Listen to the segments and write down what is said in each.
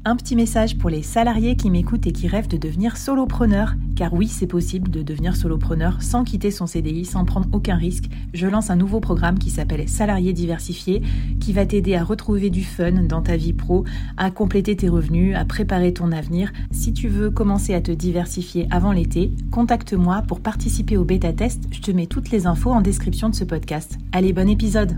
Un petit message pour les salariés qui m'écoutent et qui rêvent de devenir solopreneur. Car oui, c'est possible de devenir solopreneur sans quitter son CDI, sans prendre aucun risque. Je lance un nouveau programme qui s'appelle Salariés diversifiés, qui va t'aider à retrouver du fun dans ta vie pro, à compléter tes revenus, à préparer ton avenir. Si tu veux commencer à te diversifier avant l'été, contacte-moi pour participer au bêta-test. Je te mets toutes les infos en description de ce podcast. Allez, bon épisode!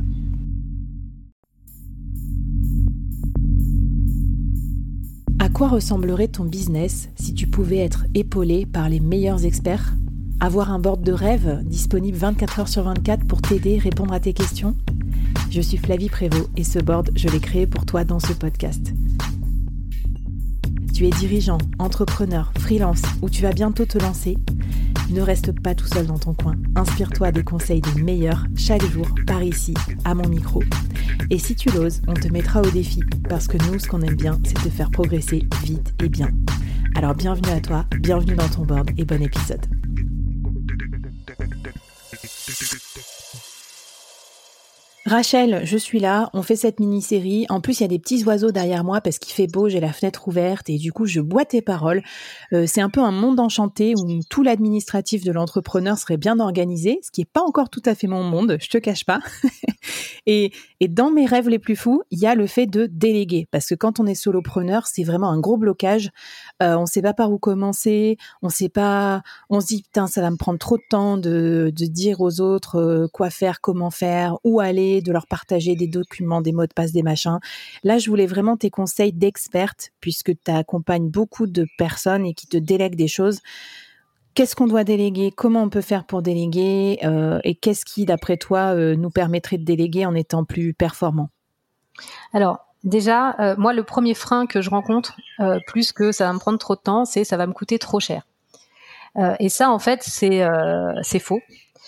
À quoi ressemblerait ton business si tu pouvais être épaulé par les meilleurs experts? Avoir un board de rêve disponible 24 heures sur 24 pour t'aider, répondre à tes questions? Je suis Flavie Prévost et ce board, je l'ai créé pour toi dans ce podcast. Tu es dirigeant, entrepreneur, freelance ou tu vas bientôt te lancer? Ne reste pas tout seul dans ton coin. Inspire-toi des conseils des meilleurs chaque jour par ici, à mon micro. Et si tu l'oses, on te mettra au défi parce que nous, ce qu'on aime bien, c'est te faire progresser vite et bien. Alors bienvenue à toi, bienvenue dans ton board et bon épisode. Rachel, je suis là, on fait cette mini-série. En plus, il y a des petits oiseaux derrière moi parce qu'il fait beau, j'ai la fenêtre ouverte et du coup, je bois tes paroles. C'est un peu un monde enchanté où tout l'administratif de l'entrepreneur serait bien organisé, ce qui n'est pas encore tout à fait mon monde, je te cache pas. Et dans mes rêves les plus fous, il y a le fait de déléguer. Parce que quand on est solopreneur, c'est vraiment un gros blocage. On ne sait pas par où commencer, on se dit, putain, ça va me prendre trop de temps de dire aux autres quoi faire, comment faire, où aller, de leur partager des documents, des mots de passe, des machins. Là, je voulais vraiment tes conseils d'experte, puisque tu accompagnes beaucoup de personnes et qui te délèguent des choses. Qu'est-ce qu'on doit déléguer? Comment on peut faire pour déléguer? Et qu'est-ce qui, d'après toi, nous permettrait de déléguer en étant plus performant? Alors, déjà, moi, le premier frein que je rencontre, plus que ça va me prendre trop de temps, c'est ça va me coûter trop cher. Et ça, en fait, c'est faux.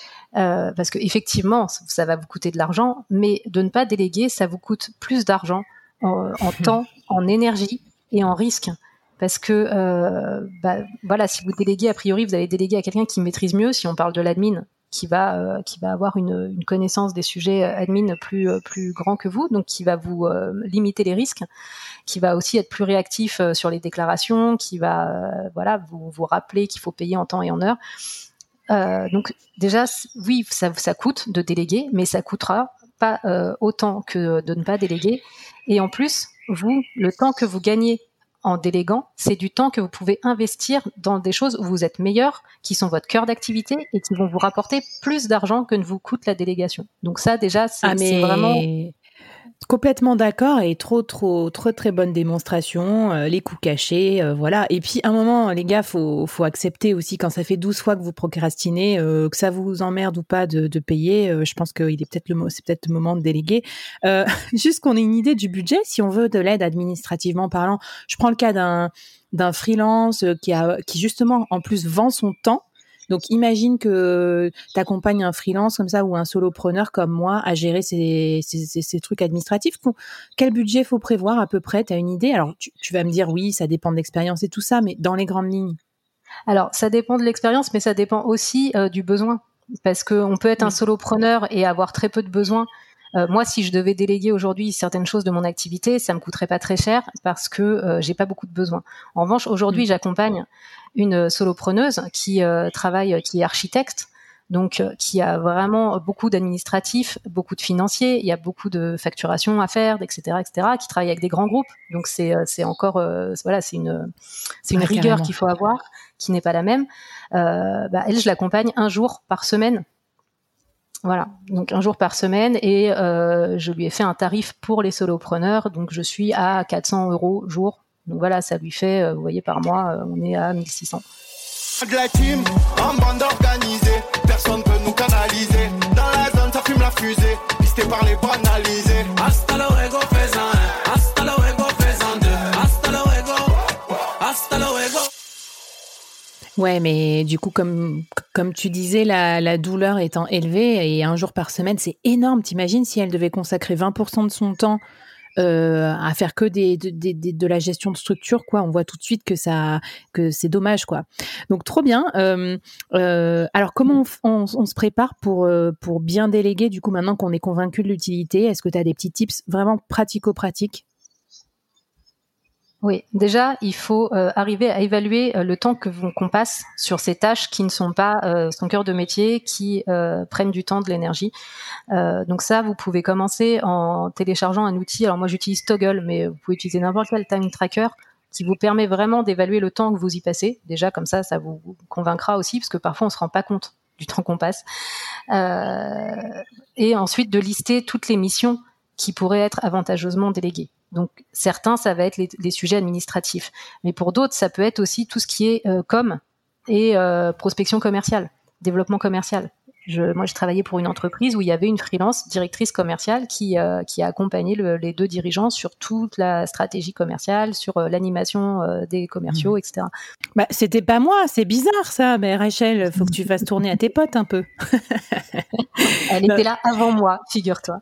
Parce que effectivement, ça va vous coûter de l'argent, mais de ne pas déléguer, ça vous coûte plus d'argent en temps, en énergie et en risque. Parce que voilà, si vous déléguez, a priori, vous allez déléguer à quelqu'un qui maîtrise mieux. Si on parle de l'admin, qui va avoir une connaissance des sujets admin plus grand que vous, donc qui va vous limiter les risques, qui va aussi être plus réactif sur les déclarations, qui va vous rappeler qu'il faut payer en temps et en heure. Donc déjà, oui, ça coûte de déléguer, mais ça coûtera pas autant que de ne pas déléguer. Et en plus, vous, le temps que vous gagnez en déléguant, c'est du temps que vous pouvez investir dans des choses où vous êtes meilleur, qui sont votre cœur d'activité et qui vont vous rapporter plus d'argent que ne vous coûte la délégation. Donc ça, déjà, c'est vraiment... Complètement d'accord et trop très bonne démonstration, les coûts cachés, voilà. Et puis à un moment, les gars, faut accepter aussi quand ça fait 12 fois que vous procrastinez, que ça vous emmerde ou pas de payer. Je pense qu'il est c'est peut-être le moment de déléguer. Juste qu'on ait une idée du budget, si on veut de l'aide administrativement parlant. Je prends le cas d'un freelance qui justement en plus vend son temps. Donc, imagine que tu accompagnes un freelance comme ça ou un solopreneur comme moi à gérer ces trucs administratifs. Quel budget faut prévoir à peu près? Tu as une idée? Alors, tu vas me dire oui, ça dépend de l'expérience et tout ça, mais dans les grandes lignes. Alors, ça dépend de l'expérience, mais ça dépend aussi du besoin. Parce qu'on peut être un solopreneur et avoir très peu de besoins. Moi, si je devais déléguer aujourd'hui certaines choses de mon activité, ça me coûterait pas très cher parce que j'ai pas beaucoup de besoins. En revanche, aujourd'hui, j'accompagne une solopreneuse qui travaille, qui est architecte, donc qui a vraiment beaucoup d'administratifs, beaucoup de financiers, il y a beaucoup de facturation à faire, etc., qui travaille avec des grands groupes. Donc c'est encore c'est une rigueur carrément. qu'il faut avoir, qui n'est pas la même. Elle, je l'accompagne un jour par semaine. Voilà, donc un jour par semaine et je lui ai fait un tarif pour les solopreneurs, donc je suis à 400 € jour. Donc voilà, ça lui fait, vous voyez, par mois, on est à 1600. De la team, en bande organisée, personne peut nous canaliser. Dans la zone, ça fume la fusée, pisté par les banalisés. Hasta luego, faisant un, hasta luego, faisant deux, hasta luego, hasta luego. Ouais, mais du coup, comme tu disais, la douleur étant élevée et un jour par semaine, c'est énorme. T'imagines si elle devait consacrer 20% de son temps à faire que de la gestion de structure, quoi. On voit tout de suite que c'est dommage, quoi. Donc trop bien. Alors comment on se prépare pour bien déléguer, du coup, maintenant qu'on est convaincu de l'utilité? Est-ce que tu as des petits tips vraiment pratico-pratiques? Oui, déjà, il faut arriver à évaluer le temps qu'on passe sur ces tâches qui ne sont pas son cœur de métier, qui prennent du temps, de l'énergie. Donc ça, vous pouvez commencer en téléchargeant un outil. Alors moi, j'utilise Toggle, mais vous pouvez utiliser n'importe quel time tracker qui vous permet vraiment d'évaluer le temps que vous y passez. Déjà, comme ça vous convaincra aussi, parce que parfois, on se rend pas compte du temps qu'on passe. Et ensuite, de lister toutes les missions qui pourraient être avantageusement déléguées. Donc certains, ça va être les sujets administratifs, mais pour d'autres, ça peut être aussi tout ce qui est com et prospection commerciale, développement commercial. Moi, je travaillais pour une entreprise où il y avait une freelance directrice commerciale qui a accompagné les deux dirigeants sur toute la stratégie commerciale, sur l'animation des commerciaux, etc. Bah, c'était pas moi, c'est bizarre ça. Mais Rachel, faut que tu fasses tourner à tes potes un peu. Elle était là avant moi, figure-toi.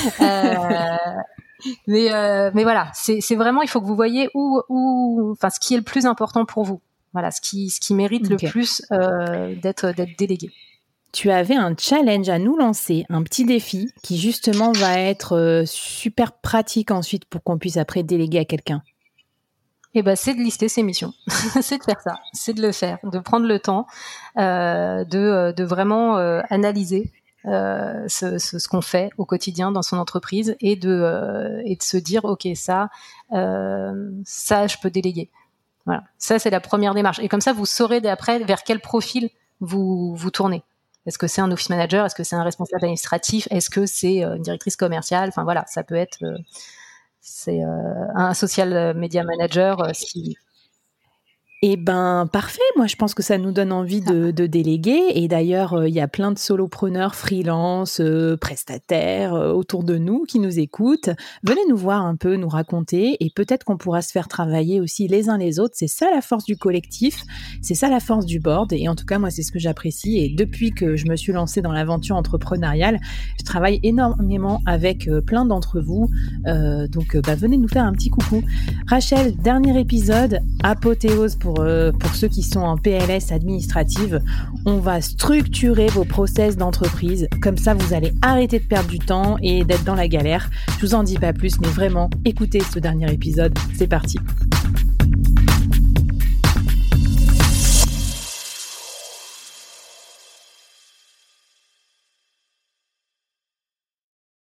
Mais voilà, c'est vraiment, il faut que vous voyez ce qui est le plus important pour vous. Voilà, ce qui mérite le plus d'être délégué. Tu avais un challenge à nous lancer, un petit défi qui justement va être super pratique ensuite pour qu'on puisse après déléguer à quelqu'un. Et ben, c'est de lister ses missions. C'est de faire ça, c'est de le faire, de prendre le temps de vraiment analyser ce qu'on fait au quotidien dans son entreprise et de se dire ok, ça je peux déléguer. Voilà, ça c'est la première démarche. Et comme ça, vous saurez après vers quel profil vous tournez. Est-ce que c'est un office manager? Est-ce que c'est un responsable administratif? Est-ce que c'est une directrice commerciale? Enfin voilà, ça peut être un social media manager. Eh ben, parfait. Moi, je pense que ça nous donne envie de déléguer. Et d'ailleurs, il y a plein de solopreneurs, freelance, prestataires autour de nous qui nous écoutent. Venez nous voir un peu, nous raconter. Et peut-être qu'on pourra se faire travailler aussi les uns les autres. C'est ça la force du collectif. C'est ça la force du board. Et en tout cas, moi, c'est ce que j'apprécie. Et depuis que je me suis lancée dans l'aventure entrepreneuriale, je travaille énormément avec plein d'entre vous. Donc, venez nous faire un petit coucou. Rachel, dernier épisode, apothéose pour ceux qui sont en PLS administrative. On va structurer vos process d'entreprise. Comme ça, vous allez arrêter de perdre du temps et d'être dans la galère. Je vous en dis pas plus, mais vraiment, écoutez ce dernier épisode. C'est parti.